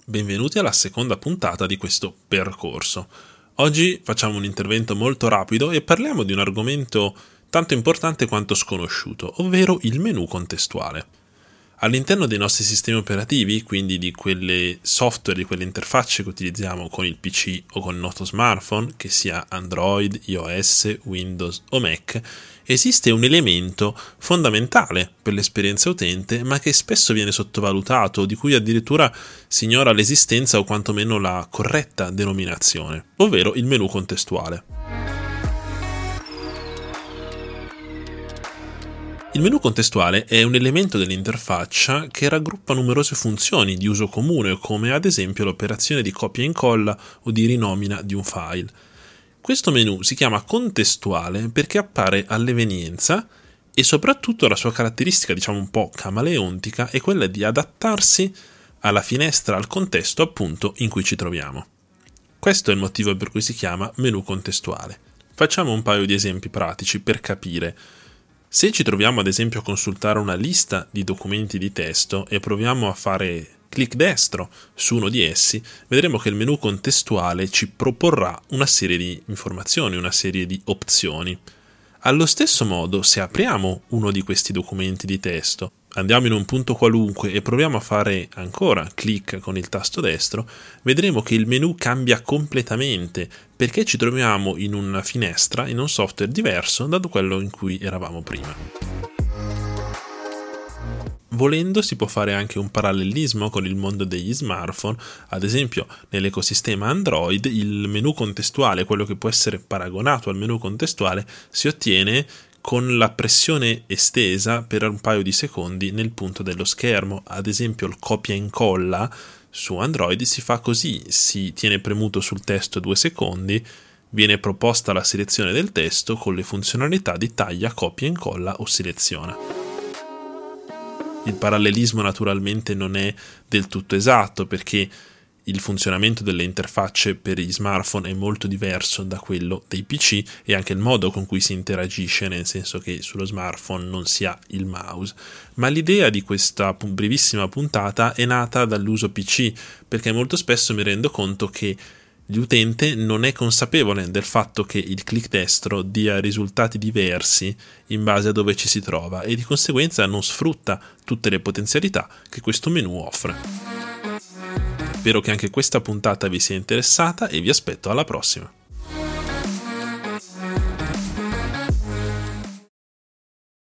benvenuti alla seconda puntata di questo percorso. Oggi facciamo un intervento molto rapido e parliamo di un argomento tanto importante quanto sconosciuto, ovvero il menu contestuale. All'interno dei nostri sistemi operativi, quindi di quelle software, di quelle interfacce che utilizziamo con il PC o con il nostro smartphone, che sia Android, iOS, Windows o Mac, esiste un elemento fondamentale per l'esperienza utente, ma che spesso viene sottovalutato, di cui addirittura si ignora l'esistenza o quantomeno la corretta denominazione, ovvero il menu contestuale. Il menu contestuale è un elemento dell'interfaccia che raggruppa numerose funzioni di uso comune, come ad esempio l'operazione di copia e incolla o di rinomina di un file. Questo menu si chiama contestuale perché appare all'evenienza e soprattutto la sua caratteristica, un po' camaleontica, è quella di adattarsi alla finestra, al contesto appunto in cui ci troviamo. Questo è il motivo per cui si chiama menu contestuale. Facciamo un paio di esempi pratici per capire. Se ci troviamo ad esempio a consultare una lista di documenti di testo e proviamo a fare clic destro su uno di essi, vedremo che il menu contestuale ci proporrà una serie di informazioni, una serie di opzioni. Allo stesso modo, se apriamo uno di questi documenti di testo, andiamo in un punto qualunque e proviamo a fare ancora clic con il tasto destro, vedremo che il menu cambia completamente perché ci troviamo in una finestra, in un software diverso da quello in cui eravamo prima. Volendo si può fare anche un parallelismo con il mondo degli smartphone, ad esempio nell'ecosistema Android il menu contestuale, quello che può essere paragonato al menu contestuale, si ottiene con la pressione estesa per un paio di secondi nel punto dello schermo. Ad esempio il copia e incolla su Android si fa così: si tiene premuto sul testo 2 secondi, viene proposta la selezione del testo con le funzionalità di taglia, copia e incolla o seleziona. Il parallelismo naturalmente non è del tutto esatto perché il funzionamento delle interfacce per gli smartphone è molto diverso da quello dei PC e anche il modo con cui si interagisce, nel senso che sullo smartphone non si ha il mouse. Ma l'idea di questa brevissima puntata è nata dall'uso PC, perché molto spesso mi rendo conto che l'utente non è consapevole del fatto che il clic destro dia risultati diversi in base a dove ci si trova e di conseguenza non sfrutta tutte le potenzialità che questo menu offre. Spero che anche questa puntata vi sia interessata e vi aspetto alla prossima.